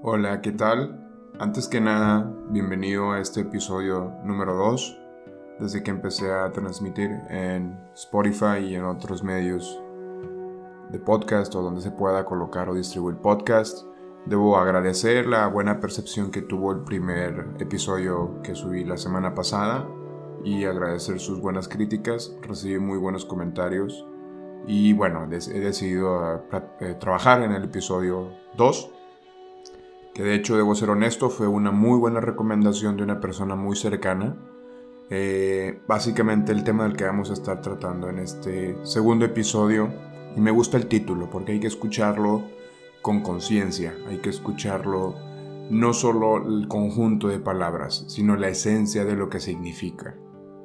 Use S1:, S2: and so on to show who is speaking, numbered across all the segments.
S1: Hola, ¿qué tal? Antes que nada, bienvenido a este episodio número 2, desde que empecé a transmitir en Spotify y en otros medios de podcast o donde se pueda colocar o distribuir podcast. Debo agradecer la buena percepción que tuvo el primer episodio que subí la semana pasada y agradecer sus buenas críticas. Recibí muy buenos comentarios y bueno, he decidido trabajar en el episodio 2. Que de hecho, debo ser honesto, fue una muy buena recomendación de una persona muy cercana. Básicamente el tema del que vamos a estar tratando en este segundo episodio, y me gusta el título porque hay que escucharlo con conciencia, hay que escucharlo no solo el conjunto de palabras, sino la esencia de lo que significa.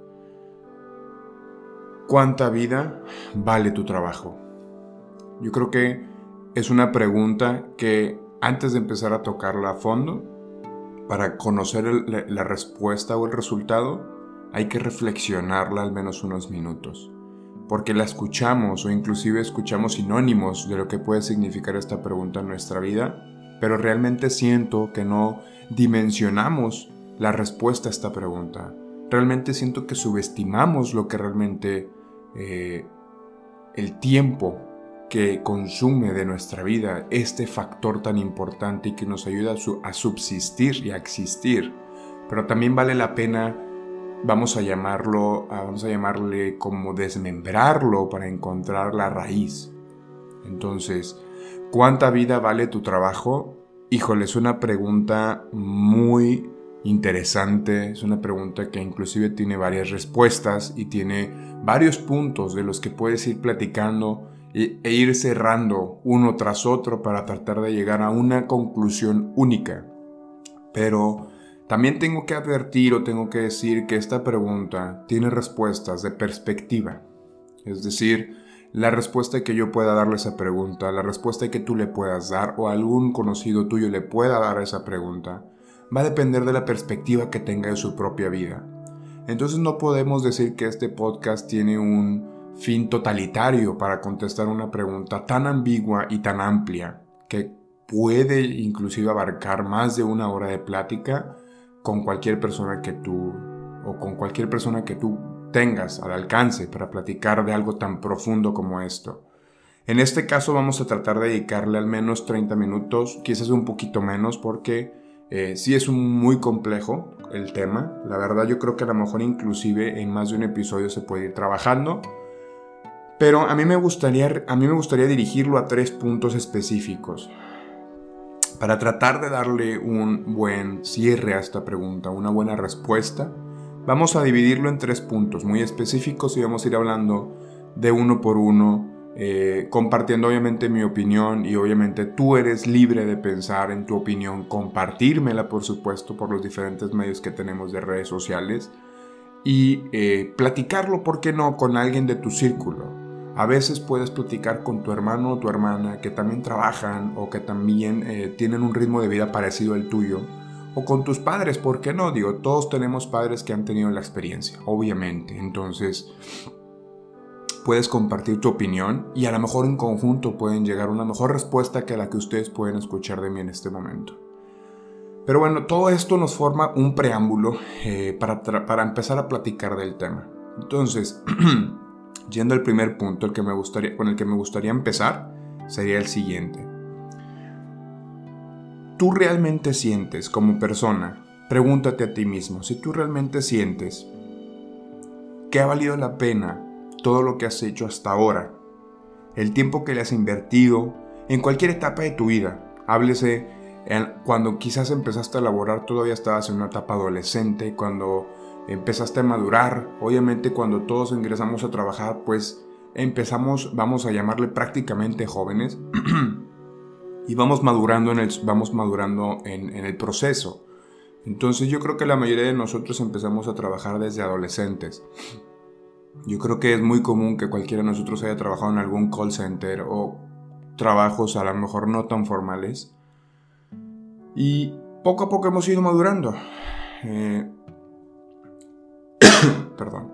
S1: ¿Cuánta vida vale tu trabajo? Yo creo que es una pregunta que antes de empezar a tocarla a fondo, para conocer la respuesta o el resultado, hay que reflexionarla al menos unos minutos. Porque la escuchamos o inclusive escuchamos sinónimos de lo que puede significar esta pregunta en nuestra vida, pero realmente siento que no dimensionamos la respuesta a esta pregunta. Realmente siento que subestimamos lo que realmente el tiempo que consume de nuestra vida, este factor tan importante y que nos ayuda a subsistir y a existir. Pero también vale la pena, vamos a llamarle como desmembrarlo para encontrar la raíz. Entonces, ¿cuánta vida vale tu trabajo? Híjole, es una pregunta muy interesante, es una pregunta que inclusive tiene varias respuestas y tiene varios puntos de los que puedes ir platicando e ir cerrando uno tras otro para tratar de llegar a una conclusión única. Pero también tengo que advertir o tengo que decir que esta pregunta tiene respuestas de perspectiva. Es decir, la respuesta que yo pueda darle a esa pregunta, la respuesta que tú le puedas dar o algún conocido tuyo le pueda dar a esa pregunta, va a depender de la perspectiva que tenga de su propia vida. Entonces no podemos decir que este podcast tiene un fin totalitario para contestar una pregunta tan ambigua y tan amplia que puede inclusive abarcar más de una hora de plática con cualquier persona que tú tengas al alcance para platicar de algo tan profundo como esto. En este caso vamos a tratar de dedicarle al menos 30 minutos, quizás un poquito menos porque sí es muy complejo el tema. La verdad yo creo que a lo mejor inclusive en más de un episodio se puede ir trabajando. Pero a mí me gustaría dirigirlo a 3 puntos específicos para tratar de darle un buen cierre a esta pregunta, una buena respuesta. Vamos a dividirlo en 3 puntos muy específicos y vamos a ir hablando de uno por uno, compartiendo obviamente mi opinión y obviamente tú eres libre de pensar en tu opinión, compartírmela por supuesto por los diferentes medios que tenemos de redes sociales y platicarlo, ¿por qué no?, con alguien de tu círculo. A veces puedes platicar con tu hermano o tu hermana que también trabajan o que también tienen un ritmo de vida parecido al tuyo. O con tus padres, ¿por qué no? Digo, todos tenemos padres que han tenido la experiencia, obviamente. Entonces, puedes compartir tu opinión y a lo mejor en conjunto pueden llegar a una mejor respuesta que la que ustedes pueden escuchar de mí en este momento. Pero bueno, todo esto nos forma un preámbulo para empezar a platicar del tema. Entonces, yendo al primer punto con el que me gustaría empezar, sería el siguiente. ¿Tú realmente sientes como persona? Pregúntate a ti mismo, si tú realmente sientes que ha valido la pena todo lo que has hecho hasta ahora, el tiempo que le has invertido en cualquier etapa de tu vida, háblese cuando quizás empezaste a laborar, todavía estabas en una etapa adolescente, cuando empezaste a madurar, obviamente cuando todos ingresamos a trabajar, pues empezamos, vamos a llamarle prácticamente jóvenes, y vamos madurando en el proceso. Entonces yo creo que la mayoría de nosotros empezamos a trabajar desde adolescentes. Yo creo que es muy común que cualquiera de nosotros haya trabajado en algún call center o trabajos a lo mejor no tan formales. Y poco a poco hemos ido madurando. Perdón.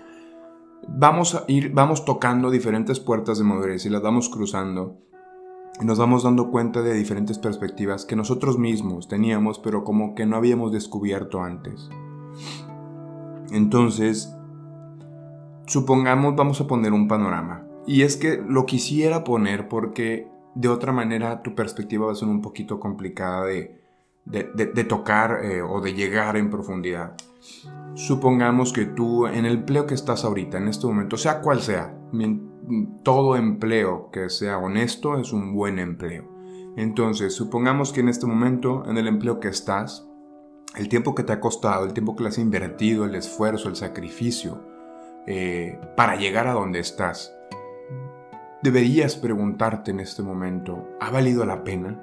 S1: Vamos tocando diferentes puertas de madurez y las vamos cruzando. y nos vamos dando cuenta de diferentes perspectivas que nosotros mismos teníamos, pero como que no habíamos descubierto antes. Entonces, supongamos, vamos a poner un panorama. Y es que lo quisiera poner porque de otra manera tu perspectiva va a ser un poquito complicada de tocar o de llegar en profundidad. Supongamos que tú en el empleo que estás ahorita, en este momento, sea cual sea, todo empleo que sea honesto es un buen empleo. Entonces, supongamos que en este momento, en el empleo que estás, el tiempo que te ha costado, el tiempo que le has invertido, el esfuerzo, el sacrificio para llegar a donde estás, deberías preguntarte en este momento, ¿ha valido la pena?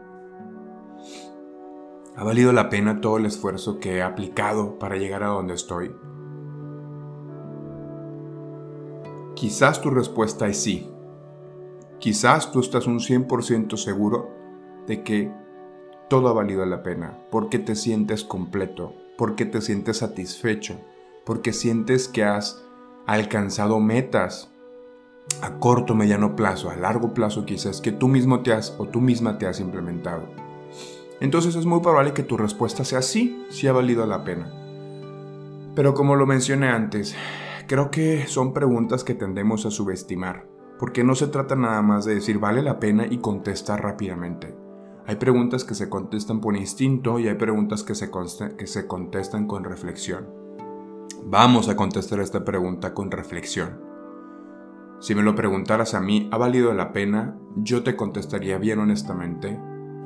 S1: ¿Ha valido la pena todo el esfuerzo que he aplicado para llegar a donde estoy? Quizás tu respuesta es sí. Quizás tú estás un 100% seguro de que todo ha valido la pena, porque te sientes completo, porque te sientes satisfecho, porque sientes que has alcanzado metas a corto, mediano plazo, a largo plazo quizás, que tú mismo tú misma te has implementado. Entonces es muy probable que tu respuesta sea sí, sí ha valido la pena. Pero como lo mencioné antes, creo que son preguntas que tendemos a subestimar, porque no se trata nada más de decir vale la pena y contestar rápidamente. Hay preguntas que se contestan por instinto y hay preguntas que se contestan con reflexión. Vamos a contestar esta pregunta con reflexión. Si me lo preguntaras a mí, ¿ha valido la pena? Yo te contestaría bien honestamente,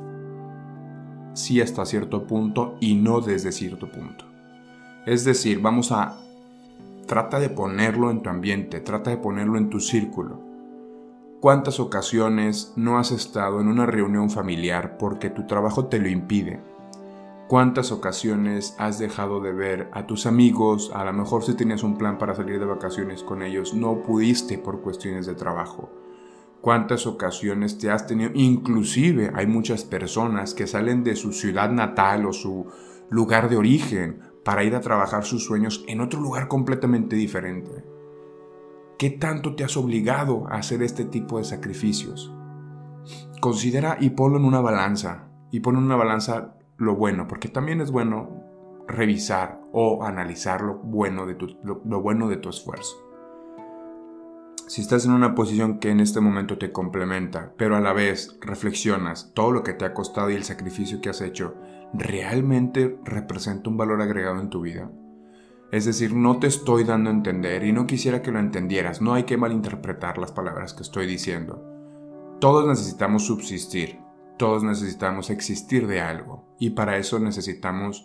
S1: sí hasta cierto punto y no desde cierto punto. Es decir, trata de ponerlo en tu ambiente, trata de ponerlo en tu círculo. ¿Cuántas ocasiones no has estado en una reunión familiar porque tu trabajo te lo impide? ¿Cuántas ocasiones has dejado de ver a tus amigos? A lo mejor si tenías un plan para salir de vacaciones con ellos, no pudiste por cuestiones de trabajo. ¿Cuántas ocasiones te has tenido? Inclusive hay muchas personas que salen de su ciudad natal o su lugar de origen para ir a trabajar sus sueños en otro lugar completamente diferente. ¿Qué tanto te has obligado a hacer este tipo de sacrificios? Considera y ponlo en una balanza. Y pon en una balanza lo bueno, porque también es bueno revisar o analizar lo bueno de tu esfuerzo. Si estás en una posición que en este momento te complementa, pero a la vez reflexionas todo lo que te ha costado y el sacrificio que has hecho, ¿realmente representa un valor agregado en tu vida? Es decir, no te estoy dando a entender y no quisiera que lo entendieras, no hay que malinterpretar las palabras que estoy diciendo. Todos necesitamos subsistir, todos necesitamos existir de algo y para eso necesitamos,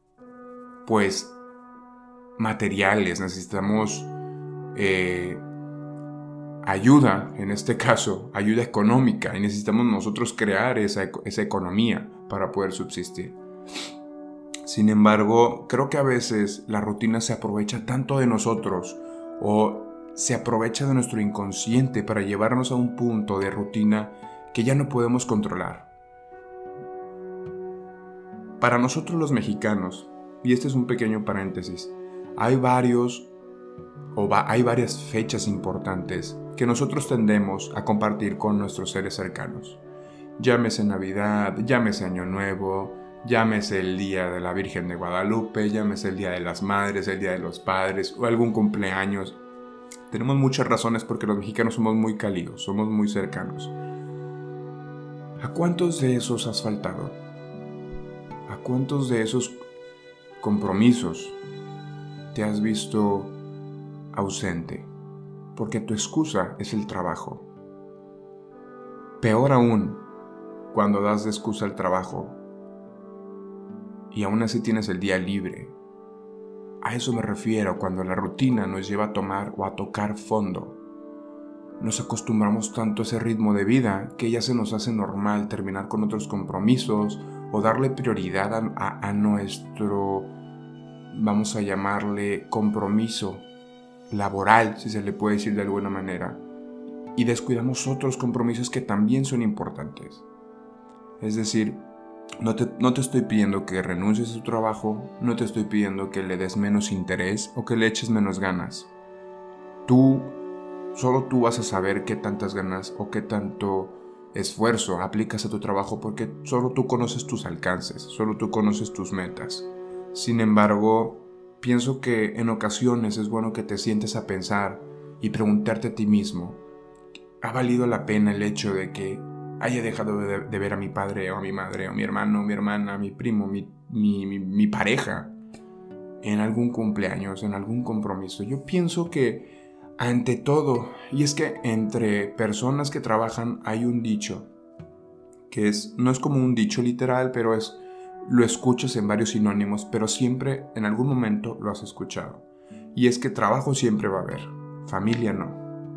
S1: materiales, necesitamos ayuda, en este caso, ayuda económica, y necesitamos nosotros crear esa economía para poder subsistir. Sin embargo, creo que a veces la rutina se aprovecha tanto de nosotros o se aprovecha de nuestro inconsciente para llevarnos a un punto de rutina que ya no podemos controlar. Para nosotros los mexicanos, y este es un pequeño paréntesis, hay varias fechas importantes que nosotros tendemos a compartir con nuestros seres cercanos. Llámese Navidad, llámese Año Nuevo, llámese el Día de la Virgen de Guadalupe, llámese el Día de las Madres, el Día de los Padres o algún cumpleaños. Tenemos muchas razones porque los mexicanos somos muy cálidos, somos muy cercanos. ¿A cuántos de esos has faltado? ¿A cuántos de esos compromisos te has visto ausente? Porque tu excusa es el trabajo. Peor aún, cuando das de excusa el trabajo y aún así tienes el día libre. A eso me refiero cuando la rutina nos lleva a tomar o a tocar fondo. Nos acostumbramos tanto a ese ritmo de vida que ya se nos hace normal terminar con otros compromisos o darle prioridad a nuestro, vamos a llamarle, compromiso laboral, si se le puede decir de alguna manera, y descuidamos otros compromisos que también son importantes. Es decir, no te estoy pidiendo que renuncies a tu trabajo, no te estoy pidiendo que le des menos interés o que le eches menos ganas. Solo tú vas a saber qué tantas ganas o qué tanto esfuerzo aplicas a tu trabajo porque solo tú conoces tus alcances, solo tú conoces tus metas. Sin embargo, pienso que en ocasiones es bueno que te sientes a pensar y preguntarte a ti mismo, ¿ha valido la pena el hecho de que haya dejado de ver a mi padre o a mi madre o a mi hermano o mi hermana, a mi primo, mi pareja en algún cumpleaños, en algún compromiso? Yo pienso que ante todo, y es que entre personas que trabajan hay un dicho, que no es como un dicho literal, pero lo escuchas en varios sinónimos, pero siempre en algún momento lo has escuchado. Y es que trabajo siempre va a haber, familia no.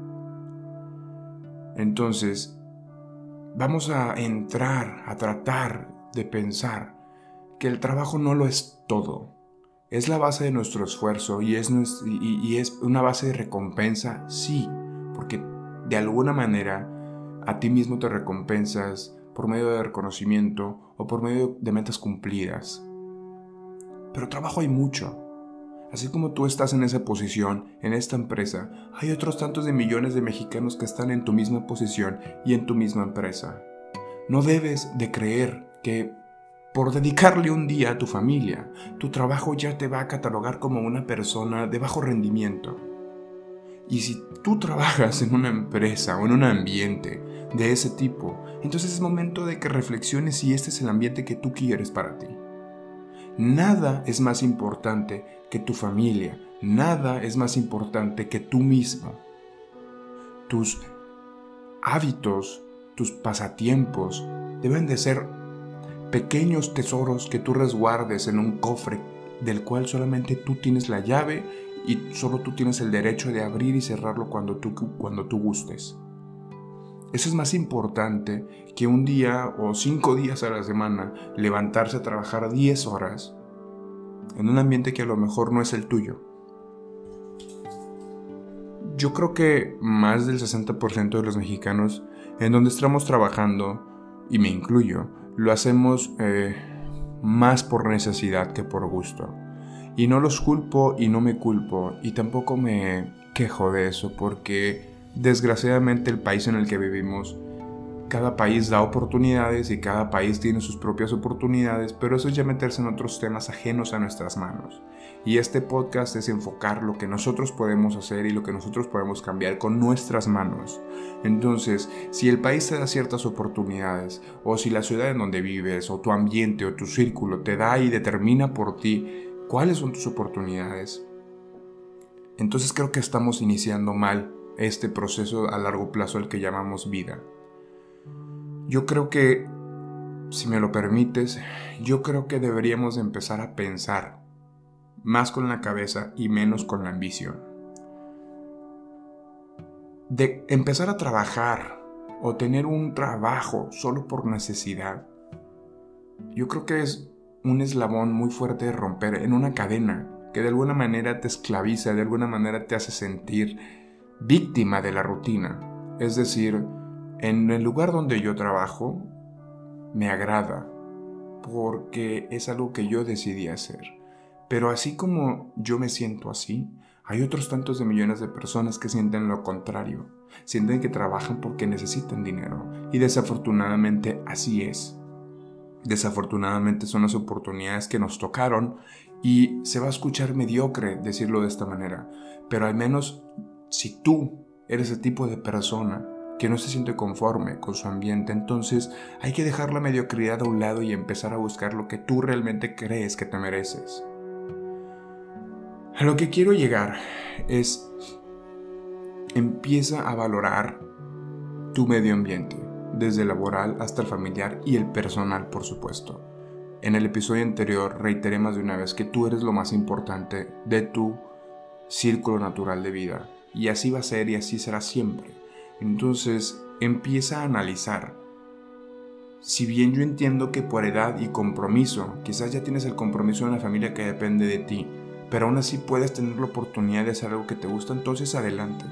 S1: Entonces, vamos a entrar a tratar de pensar que el trabajo no lo es todo. ¿Es la base de nuestro esfuerzo y es una base de recompensa? Sí, porque de alguna manera a ti mismo te recompensas por medio de reconocimiento o por medio de metas cumplidas. Pero trabajo hay mucho. Así como tú estás en esa posición, en esta empresa, hay otros tantos de millones de mexicanos que están en tu misma posición y en tu misma empresa. No debes de creer que por dedicarle un día a tu familia, tu trabajo ya te va a catalogar como una persona de bajo rendimiento. Y si tú trabajas en una empresa o en un ambiente de ese tipo, entonces es momento de que reflexiones si este es el ambiente que tú quieres para ti. Nada es más importante que tu familia, nada es más importante que tú mismo. Tus hábitos, tus pasatiempos deben de ser pequeños tesoros que tú resguardes en un cofre del cual solamente tú tienes la llave y solo tú tienes el derecho de abrir y cerrarlo cuando tú gustes. Eso es más importante que un día o 5 días a la semana levantarse a trabajar 10 horas en un ambiente que a lo mejor no es el tuyo. Yo creo que más del 60% de los mexicanos en donde estamos trabajando, y me incluyo, lo hacemos más por necesidad que por gusto. Y no los culpo y no me culpo y tampoco me quejo de eso porque desgraciadamente el país en el que vivimos, cada país da oportunidades y cada país tiene sus propias oportunidades, pero eso es ya meterse en otros temas ajenos a nuestras manos. Y este podcast es enfocar lo que nosotros podemos hacer y lo que nosotros podemos cambiar con nuestras manos. Entonces, si el país te da ciertas oportunidades, o si la ciudad en donde vives, o tu ambiente, o tu círculo te da y determina por ti cuáles son tus oportunidades, entonces creo que estamos iniciando mal este proceso a largo plazo al que llamamos vida. Yo creo que, si me lo permites, yo creo que deberíamos empezar a pensar más con la cabeza y menos con la ambición. De empezar a trabajar o tener un trabajo solo por necesidad, yo creo que es un eslabón muy fuerte de romper en una cadena que de alguna manera te esclaviza, de alguna manera te hace sentir víctima de la rutina. Es decir, en el lugar donde yo trabajo me agrada porque es algo que yo decidí hacer. Pero así como yo me siento así, hay otros tantos de millones de personas que sienten lo contrario. Sienten que trabajan porque necesitan dinero. Y desafortunadamente así es. Desafortunadamente son las oportunidades que nos tocaron y se va a escuchar mediocre decirlo de esta manera. Pero al menos si tú eres el tipo de persona que no se siente conforme con su ambiente, entonces hay que dejar la mediocridad a un lado y empezar a buscar lo que tú realmente crees que te mereces. A lo que quiero llegar es, empieza a valorar tu medio ambiente, desde el laboral hasta el familiar y el personal, por supuesto. En el episodio anterior reiteré más de una vez que tú eres lo más importante de tu círculo natural de vida, y así va a ser y así será siempre. Entonces, empieza a analizar. Si bien yo entiendo que por edad y compromiso, quizás ya tienes el compromiso de una familia que depende de ti, pero aún así puedes tener la oportunidad de hacer algo que te gusta, entonces adelante.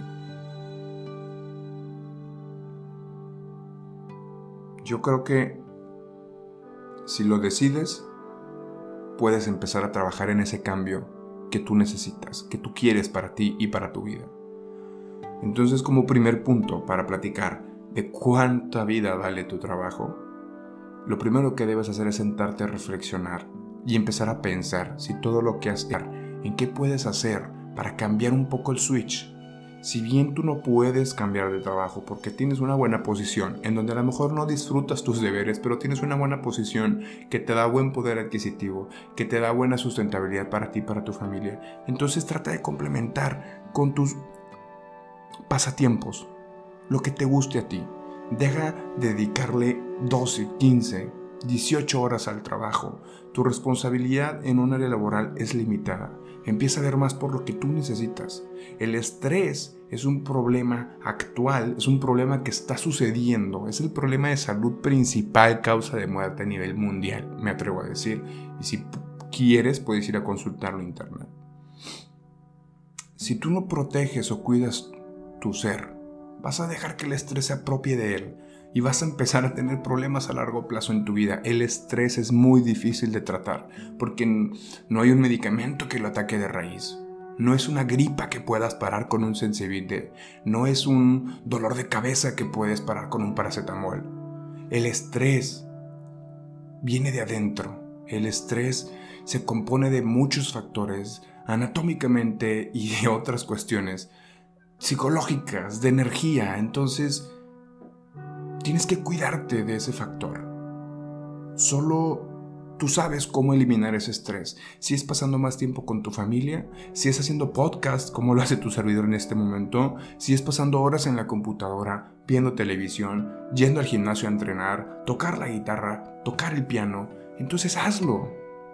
S1: Yo creo que si lo decides, puedes empezar a trabajar en ese cambio que tú necesitas, que tú quieres para ti y para tu vida. Entonces, como primer punto para platicar, de cuánta vida vale tu trabajo, lo primero que debes hacer es sentarte a reflexionar y empezar a pensar si todo lo que haces, en qué puedes hacer para cambiar un poco el switch. Si bien tú no puedes cambiar de trabajo porque tienes una buena posición, en donde a lo mejor no disfrutas tus deberes, pero tienes una buena posición que te da buen poder adquisitivo, que te da buena sustentabilidad para ti y para tu familia, entonces trata de complementar con tus pasatiempos lo que te guste a ti. Deja de dedicarle 12, 15, 18 horas al trabajo. Tu responsabilidad en un área laboral es limitada. Empieza a ver más por lo que tú necesitas. El estrés es un problema actual, es un problema que está sucediendo. Es el problema de salud principal, causa de muerte a nivel mundial, me atrevo a decir. Y si quieres, puedes ir a consultarlo en internet. Si tú no proteges o cuidas tu ser, vas a dejar que el estrés se apropie de él y vas a empezar a tener problemas a largo plazo en tu vida. El estrés es muy difícil de tratar porque no hay un medicamento que lo ataque de raíz. No es una gripa que puedas parar con un Sensibite. No es un dolor de cabeza que puedes parar con un paracetamol. El estrés viene de adentro. El estrés se compone de muchos factores, anatómicamente y de otras cuestiones psicológicas, de energía. Entonces tienes que cuidarte de ese factor. Solo tú sabes cómo eliminar ese estrés. Si es pasando más tiempo con tu familia, si es haciendo podcast como lo hace tu servidor en este momento, si es pasando horas en la computadora, viendo televisión, yendo al gimnasio a entrenar, tocar la guitarra, tocar el piano, entonces hazlo.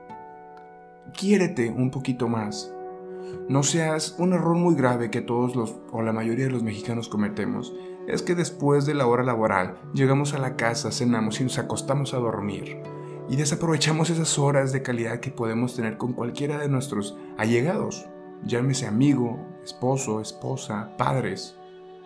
S1: Quiérete un poquito más. No seas un error muy grave que todos o la mayoría de los mexicanos cometemos. Es que después de la hora laboral llegamos a la casa, cenamos y nos acostamos a dormir. Y desaprovechamos esas horas de calidad que podemos tener con cualquiera de nuestros allegados. Llámese amigo, esposo, esposa, padres.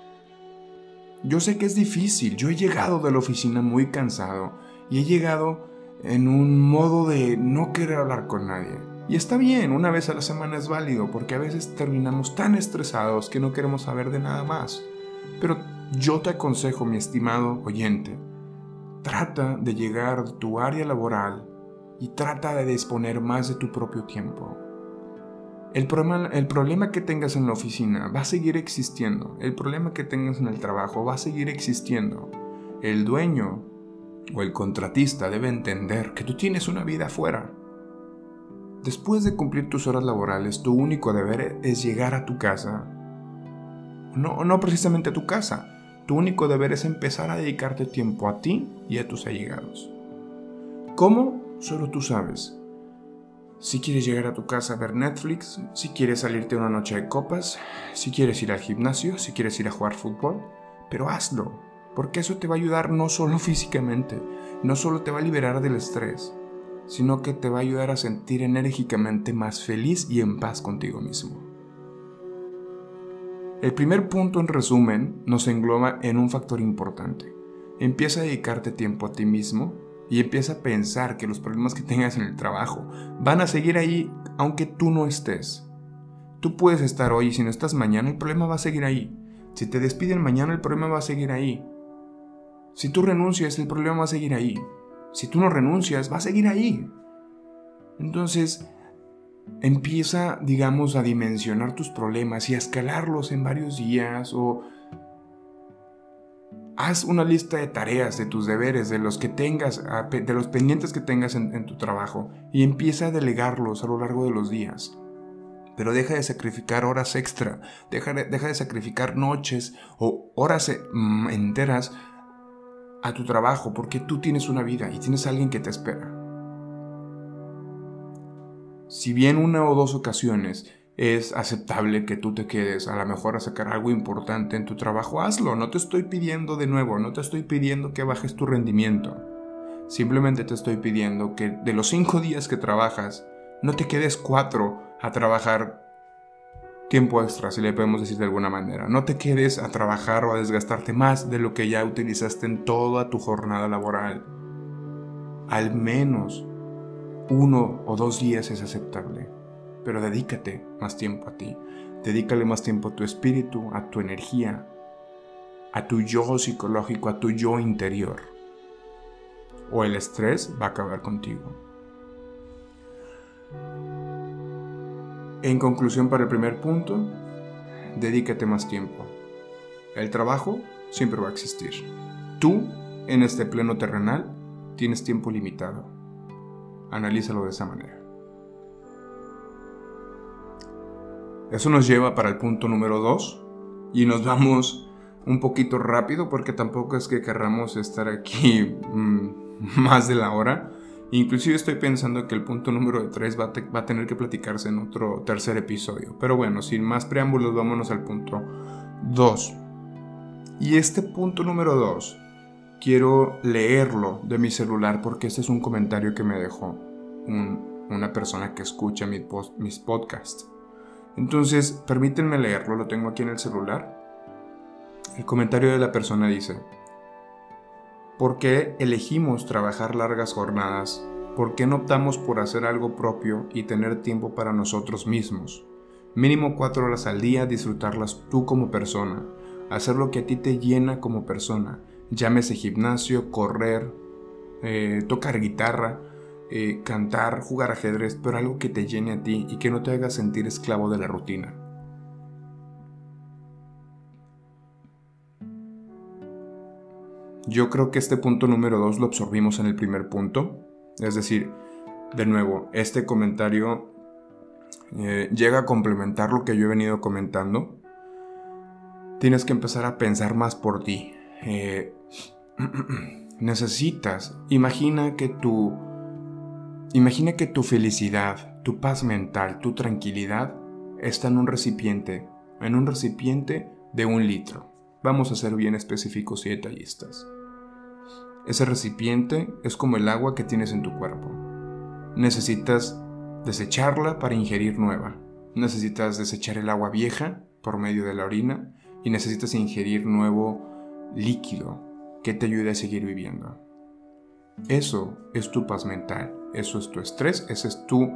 S1: Yo sé que es difícil. Yo he llegado de la oficina muy cansado y he llegado en un modo de no querer hablar con nadie. Y está bien, una vez a la semana es válido, porque a veces terminamos tan estresados que no queremos saber de nada más. Pero yo te aconsejo, mi estimado oyente, trata de llegar a tu área laboral y trata de disponer más de tu propio tiempo. El problema que tengas en la oficina va a seguir existiendo. El problema que tengas en el trabajo va a seguir existiendo. El dueño o el contratista debe entender que tú tienes una vida afuera. Después de cumplir tus horas laborales, tu único deber es llegar a tu casa. No precisamente a tu casa. Tu único deber es empezar a dedicarte tiempo a ti y a tus allegados. ¿Cómo? Solo tú sabes. Si quieres llegar a tu casa a ver Netflix, si quieres salirte una noche de copas, si quieres ir al gimnasio, si quieres ir a jugar fútbol, pero hazlo, porque eso te va a ayudar no solo físicamente, no solo te va a liberar del estrés, sino que te va a ayudar a sentir enérgicamente más feliz y en paz contigo mismo. El primer punto, en resumen, nos engloba en un factor importante. Empieza a dedicarte tiempo a ti mismo y empieza a pensar que los problemas que tengas en el trabajo van a seguir ahí aunque tú no estés. Tú puedes estar hoy y si no estás mañana, el problema va a seguir ahí. Si te despiden mañana, el problema va a seguir ahí. Si tú renuncias, el problema va a seguir ahí. Si tú no renuncias, va a seguir ahí. Entonces, empieza, digamos, a dimensionar tus problemas y a escalarlos en varios días, o haz una lista de tareas, de tus deberes, de los que tengas, de los pendientes que tengas en tu trabajo, y empieza a delegarlos a lo largo de los días. Pero deja de sacrificar horas extra, deja de sacrificar noches o horas enteras a tu trabajo, porque tú tienes una vida y tienes a alguien que te espera. Si bien una o dos ocasiones es aceptable que tú te quedes a lo mejor a sacar algo importante en tu trabajo, hazlo. No te estoy pidiendo de nuevo, no te estoy pidiendo que bajes tu rendimiento. Simplemente te estoy pidiendo que de los 5 días que trabajas, no te quedes 4 a trabajar tiempo extra, si le podemos decir de alguna manera. No te quedes a trabajar o a desgastarte más de lo que ya utilizaste en toda tu jornada laboral. Al menos 1 o 2 días es aceptable, pero dedícate más tiempo a ti. Dedícale más tiempo a tu espíritu, a tu energía. a tu yo psicológico, a tu yo interior. O el estrés va a acabar contigo. En conclusión, para el primer punto, dedícate más tiempo. El trabajo siempre va a existir. Tú, en este plano terrenal, tienes tiempo limitado. Analízalo de esa manera. Eso nos lleva para el punto número 2 y nos vamos un poquito rápido porque tampoco es que querramos estar aquí más de la hora. Inclusive estoy pensando que el punto número 3 va a tener que platicarse en otro tercer episodio. Pero bueno, sin más preámbulos, vámonos al punto 2. Y este punto número 2, quiero leerlo de mi celular porque este es un comentario que me dejó una persona que escucha mis podcasts. Entonces, permítanme leerlo, lo tengo aquí en el celular. El comentario de la persona dice: ¿por qué elegimos trabajar largas jornadas? ¿Por qué no optamos por hacer algo propio y tener tiempo para nosotros mismos? Mínimo 4 horas al día, disfrutarlas tú como persona. Hacer lo que a ti te llena como persona. Llámese gimnasio, correr, tocar guitarra, cantar, jugar ajedrez, pero algo que te llene a ti y que no te haga sentir esclavo de la rutina. Yo creo que este punto número 2 lo absorbimos en el primer punto. Es decir, de nuevo, este comentario llega a complementar lo que yo he venido comentando. Tienes que empezar a pensar más por ti. Imagina que tu felicidad, tu paz mental, tu tranquilidad está en un recipiente de 1 litro. Vamos a ser bien específicos y detallistas. Ese recipiente es como el agua que tienes en tu cuerpo. Necesitas desecharla para ingerir nueva. Necesitas desechar el agua vieja por medio de la orina y necesitas ingerir nuevo líquido que te ayude a seguir viviendo. Eso es tu paz mental, eso es tu estrés, ese es tu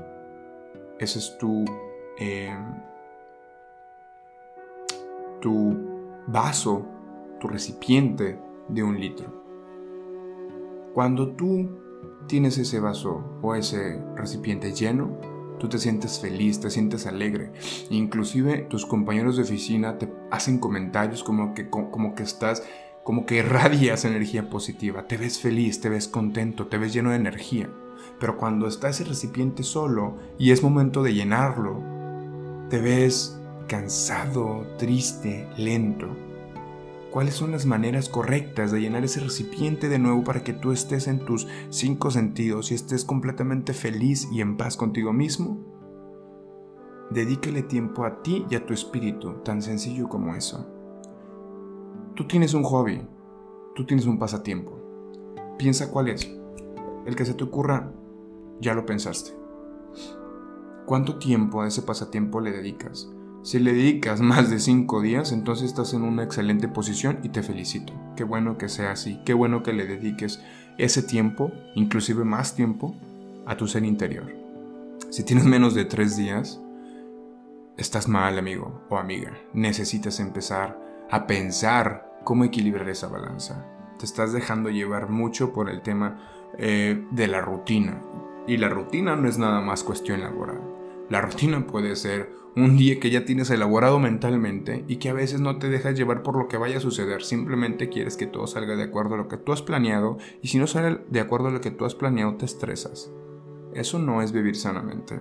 S1: vaso, tu recipiente de 1 litro. Cuando tú tienes ese vaso o ese recipiente lleno, tú te sientes feliz, te sientes alegre. Inclusive tus compañeros de oficina te hacen comentarios como que irradias energía positiva. Te ves feliz, te ves contento, te ves lleno de energía. Pero cuando está ese recipiente solo y es momento de llenarlo, te ves cansado, triste, lento. ¿Cuáles son las maneras correctas de llenar ese recipiente de nuevo para que tú estés en tus 5 sentidos y estés completamente feliz y en paz contigo mismo? Dedícale tiempo a ti y a tu espíritu, tan sencillo como eso. Tú tienes un hobby, tú tienes un pasatiempo. Piensa cuál es. El que se te ocurra, ya lo pensaste. ¿Cuánto tiempo a ese pasatiempo le dedicas? Si le dedicas más de 5 días, entonces estás en una excelente posición y te felicito. Qué bueno que sea así, qué bueno que le dediques ese tiempo, inclusive más tiempo, a tu ser interior. Si tienes menos de 3 días, estás mal, amigo o amiga. Necesitas empezar a pensar cómo equilibrar esa balanza. Te estás dejando llevar mucho por el tema de la rutina. Y la rutina no es nada más cuestión laboral. La rutina puede ser un día que ya tienes elaborado mentalmente y que a veces no te dejas llevar por lo que vaya a suceder. Simplemente quieres que todo salga de acuerdo a lo que tú has planeado, y si no sale de acuerdo a lo que tú has planeado, te estresas. Eso no es vivir sanamente.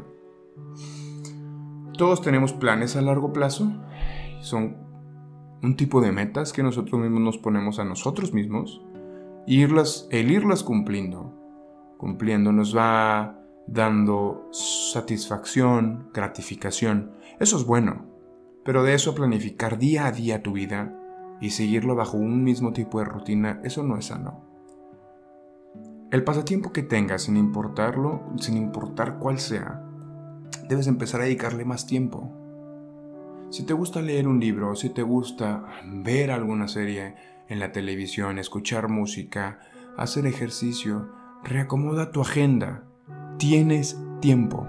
S1: Todos tenemos planes a largo plazo. Son un tipo de metas que nosotros mismos nos ponemos a nosotros mismos. El irlas cumpliendo nos va dando satisfacción, gratificación. Eso es bueno, pero de eso a planificar día a día tu vida y seguirlo bajo un mismo tipo de rutina, eso no es sano. El pasatiempo que tengas, sin importar cuál sea, debes empezar a dedicarle más tiempo. Si te gusta leer un libro, si te gusta ver alguna serie en la televisión, escuchar música, hacer ejercicio, reacomoda tu agenda. Tienes tiempo.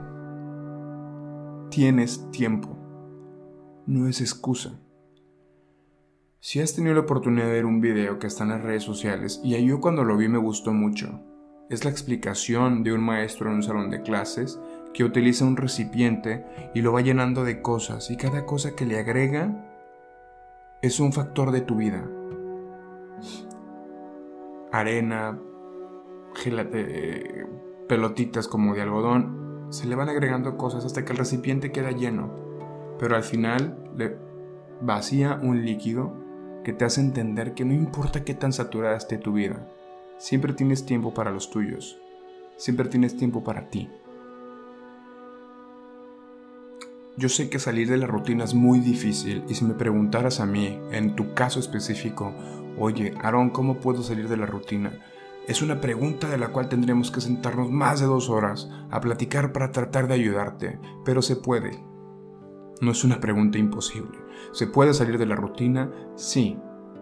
S1: No es excusa. Si has tenido la oportunidad de ver un video que está en las redes sociales, y yo cuando lo vi me gustó mucho, es la explicación de un maestro en un salón de clases que utiliza un recipiente y lo va llenando de cosas, y cada cosa que le agrega es un factor de tu vida. Arena, pelotitas como de algodón, se le van agregando cosas hasta que el recipiente queda lleno, pero al final le vacía un líquido que te hace entender que no importa qué tan saturada esté tu vida, siempre tienes tiempo para los tuyos, siempre tienes tiempo para ti. Yo sé que salir de la rutina es muy difícil, y si me preguntaras a mí, en tu caso específico, oye, Aaron, ¿cómo puedo salir de la rutina? Es una pregunta de la cual tendremos que sentarnos más de 2 horas a platicar para tratar de ayudarte, pero se puede. No es una pregunta imposible. ¿Se puede salir de la rutina? Sí.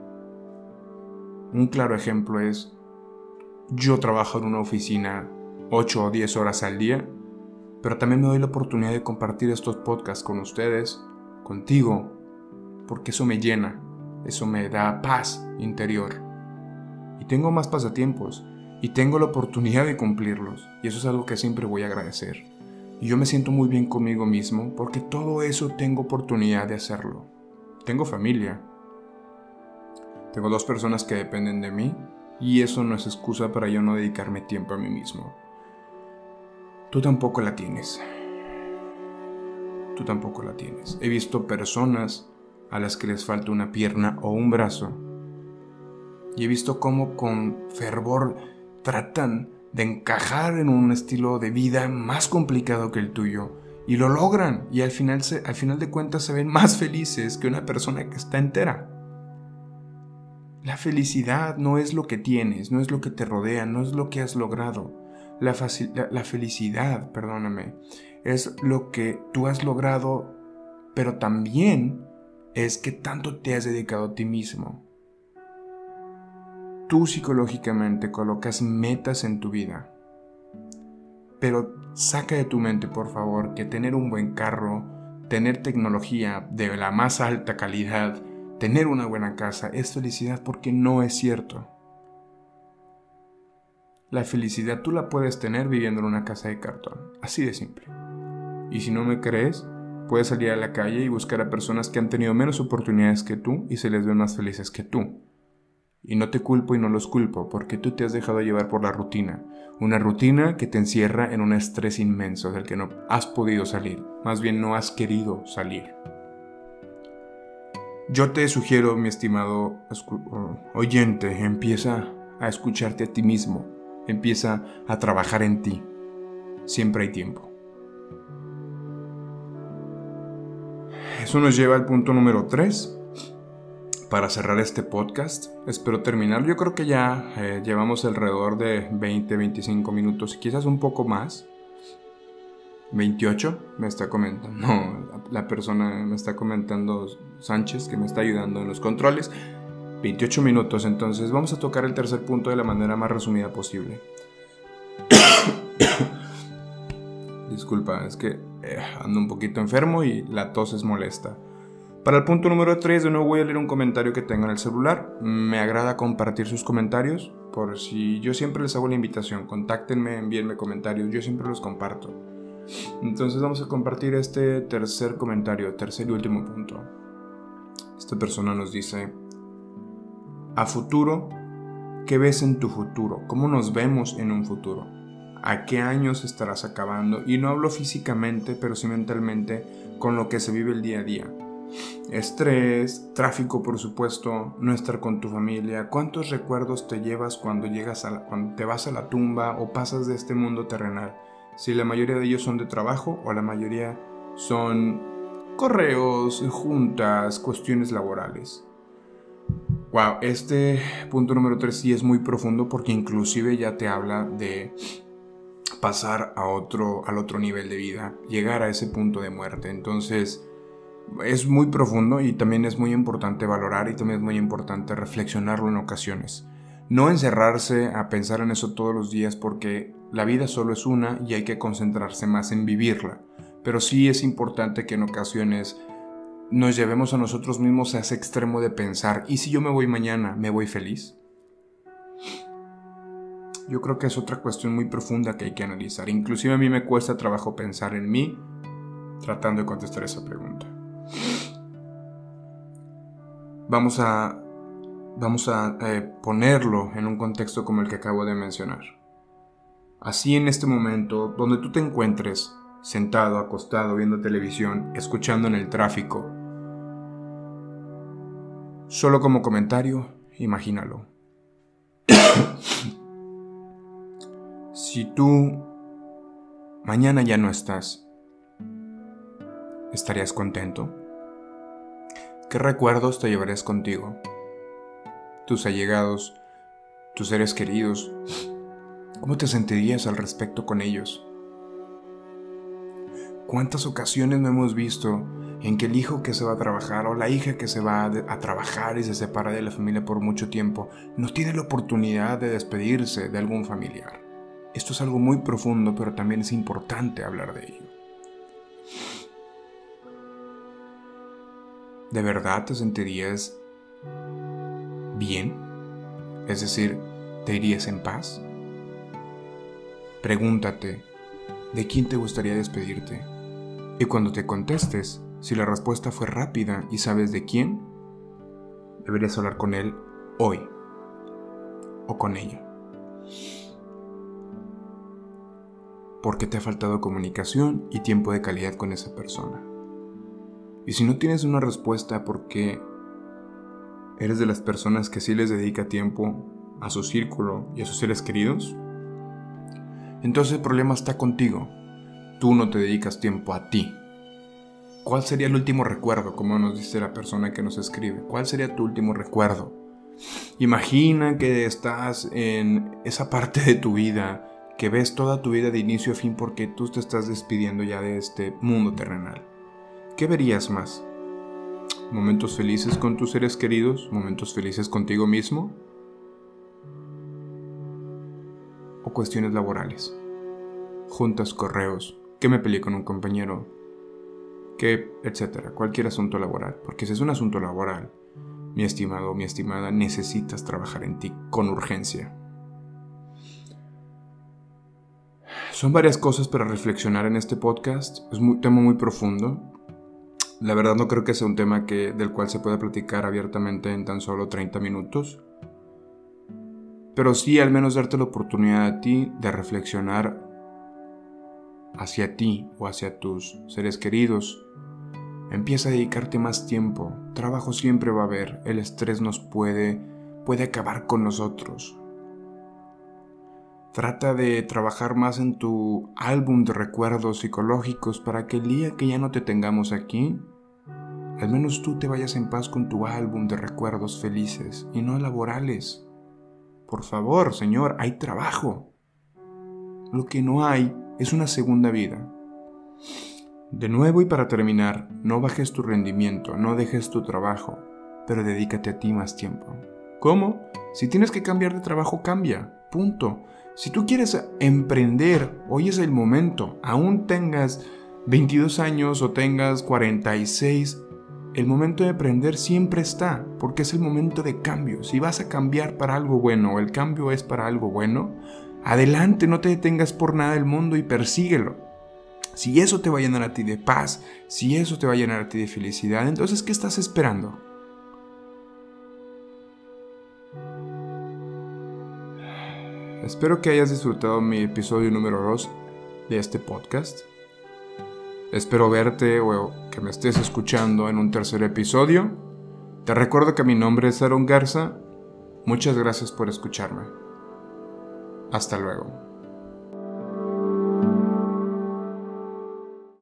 S1: Un claro ejemplo es, yo trabajo en una oficina 8 o 10 horas al día, pero también me doy la oportunidad de compartir estos podcasts con ustedes, contigo, porque eso me llena, eso me da paz interior. Y tengo más pasatiempos, y tengo la oportunidad de cumplirlos, y eso es algo que siempre voy a agradecer. Y yo me siento muy bien conmigo mismo porque todo eso tengo oportunidad de hacerlo. Tengo familia. Tengo 2 personas que dependen de mí, y eso no es excusa para yo no dedicarme tiempo a mí mismo. Tú tampoco la tienes. Tú tampoco la tienes. He visto personas a las que les falta una pierna o un brazo, y he visto cómo con fervor tratan de encajar en un estilo de vida más complicado que el tuyo, y lo logran, y al final de cuentas se ven más felices que una persona que está entera. La felicidad no es lo que tienes, no es lo que te rodea, no es lo que has logrado. La felicidad, es lo que tú has logrado, pero también es que tanto te has dedicado a ti mismo. Tú psicológicamente colocas metas en tu vida, pero saca de tu mente, por favor, que tener un buen carro, tener tecnología de la más alta calidad, tener una buena casa es felicidad, porque no es cierto. La felicidad tú la puedes tener viviendo en una casa de cartón, así de simple. Y si no me crees, puedes salir a la calle y buscar a personas que han tenido menos oportunidades que tú y se les ven más felices que tú. Y no te culpo y no los culpo, porque tú te has dejado llevar por la rutina. Una rutina que te encierra en un estrés inmenso del que no has podido salir. Más bien no has querido salir. Yo te sugiero, mi estimado oyente, empieza a escucharte a ti mismo. Empieza a trabajar en ti. Siempre hay tiempo. Eso nos lleva al punto número 3. Para cerrar este podcast, espero terminar. Yo creo que ya llevamos alrededor de 20-25 minutos, quizás un poco más. 28 me está comentando. No, la persona me está comentando, Sánchez, que me está ayudando en los controles. 28 minutos, entonces vamos a tocar el tercer punto de la manera más resumida posible. Disculpa, es que ando un poquito enfermo y la tos es molesta. Para el punto número 3, de nuevo voy a leer un comentario que tengo en el celular. Me agrada compartir sus comentarios, por si yo siempre les hago la invitación. Contáctenme, envíenme comentarios, yo siempre los comparto. Entonces vamos a compartir este tercer comentario, tercer y último punto. Esta persona nos dice: a futuro, ¿qué ves en tu futuro? ¿Cómo nos vemos en un futuro? ¿A qué años estarás acabando? Y no hablo físicamente, pero sí mentalmente, con lo que se vive el día a día. Estrés, tráfico, por supuesto, no estar con tu familia. ¿Cuántos recuerdos te llevas cuando te vas a la tumba o pasas de este mundo terrenal? Si la mayoría de ellos son de trabajo o la mayoría son correos, juntas, cuestiones laborales. Wow, este punto número 3 sí es muy profundo, porque inclusive ya te habla de pasar al otro nivel de vida, llegar a ese punto de muerte. Entonces es muy profundo, y también es muy importante valorar, y también es muy importante reflexionarlo en ocasiones. No encerrarse a pensar en eso todos los días, porque la vida solo es una y hay que concentrarse más en vivirla. Pero sí es importante que en ocasiones nos llevemos a nosotros mismos a ese extremo de pensar, ¿y si yo me voy mañana, me voy feliz? Yo creo que es otra cuestión muy profunda que hay que analizar. Inclusive a mí me cuesta trabajo pensar en mí tratando de contestar esa pregunta. Vamos a ponerlo en un contexto como el que acabo de mencionar. Así, en este momento, donde tú te encuentres, sentado, acostado, viendo televisión, escuchando en el tráfico, solo como comentario, imagínalo. Si tú mañana ya no estás, ¿estarías contento? ¿Qué recuerdos te llevarías contigo? Tus allegados, tus seres queridos, ¿cómo te sentirías al respecto con ellos? ¿Cuántas ocasiones no hemos visto en que el hijo que se va a trabajar o la hija que se va a trabajar y se separa de la familia por mucho tiempo no tiene la oportunidad de despedirse de algún familiar? Esto es algo muy profundo, pero también es importante hablar de ello. ¿De verdad te sentirías bien? Es decir, ¿te irías en paz? Pregúntate, ¿de quién te gustaría despedirte? Y cuando te contestes, si la respuesta fue rápida y sabes de quién, deberías hablar con él hoy o con ella. Porque te ha faltado comunicación y tiempo de calidad con esa persona. Y si no tienes una respuesta porque eres de las personas que sí les dedica tiempo a su círculo y a sus seres queridos, entonces el problema está contigo. Tú no te dedicas tiempo a ti. ¿Cuál sería el último recuerdo? Como nos dice la persona que nos escribe. ¿Cuál sería tu último recuerdo? Imagina que estás en esa parte de tu vida, que ves toda tu vida de inicio a fin porque tú te estás despidiendo ya de este mundo terrenal. ¿Qué verías más? ¿Momentos felices con tus seres queridos? ¿Momentos felices contigo mismo? ¿O cuestiones laborales? Juntas, correos, que me peleé con un compañero, que, etcétera, cualquier asunto laboral. Porque si es un asunto laboral, mi estimado o mi estimada, necesitas trabajar en ti con urgencia. Son varias cosas para reflexionar en este podcast. Es un tema muy profundo. La verdad no creo que sea un tema del cual se pueda platicar abiertamente en tan solo 30 minutos. Pero sí al menos darte la oportunidad a ti de reflexionar hacia ti o hacia tus seres queridos. Empieza a dedicarte más tiempo. Trabajo siempre va a haber. El estrés nos puede acabar con nosotros. Trata de trabajar más en tu álbum de recuerdos psicológicos para que el día que ya no te tengamos aquí, al menos tú te vayas en paz con tu álbum de recuerdos felices y no laborales. Por favor, señor, hay trabajo. Lo que no hay es una segunda vida. De nuevo y para terminar, no bajes tu rendimiento, no dejes tu trabajo, pero dedícate a ti más tiempo. ¿Cómo? Si tienes que cambiar de trabajo, cambia. Punto. Si tú quieres emprender, hoy es el momento. Aún tengas 22 años o tengas 46, el momento de emprender siempre está, porque es el momento de cambio. Si vas a cambiar para algo bueno o el cambio es para algo bueno, adelante, no te detengas por nada del mundo y persíguelo. Si eso te va a llenar a ti de paz, si eso te va a llenar a ti de felicidad, entonces ¿qué estás esperando? Espero que hayas disfrutado mi episodio número 2 de este podcast. Espero verte o que me estés escuchando en un tercer episodio. Te recuerdo que mi nombre es Aaron Garza. Muchas gracias por escucharme. Hasta luego.